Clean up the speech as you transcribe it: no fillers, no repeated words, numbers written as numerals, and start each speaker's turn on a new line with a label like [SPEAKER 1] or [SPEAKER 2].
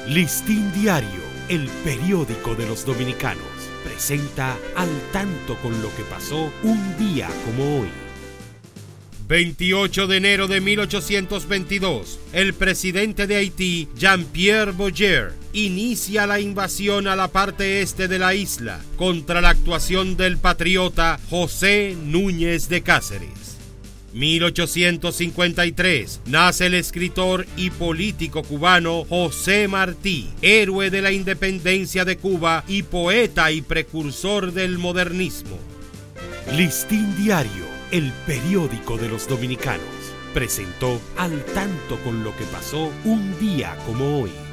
[SPEAKER 1] Listín Diario, el periódico de los dominicanos, presenta Al Tanto con lo que pasó un día como hoy. 28 de enero de 1822, el presidente de Haití, Jean-Pierre Boyer, inicia la invasión a la parte este de la isla contra la actuación del patriota José Núñez de Cáceres. 1853, nace el escritor y político cubano José Martí, héroe de la independencia de Cuba y poeta y precursor del modernismo. Listín Diario, el periódico de los dominicanos, presentó Al Tanto con lo que pasó un día como hoy.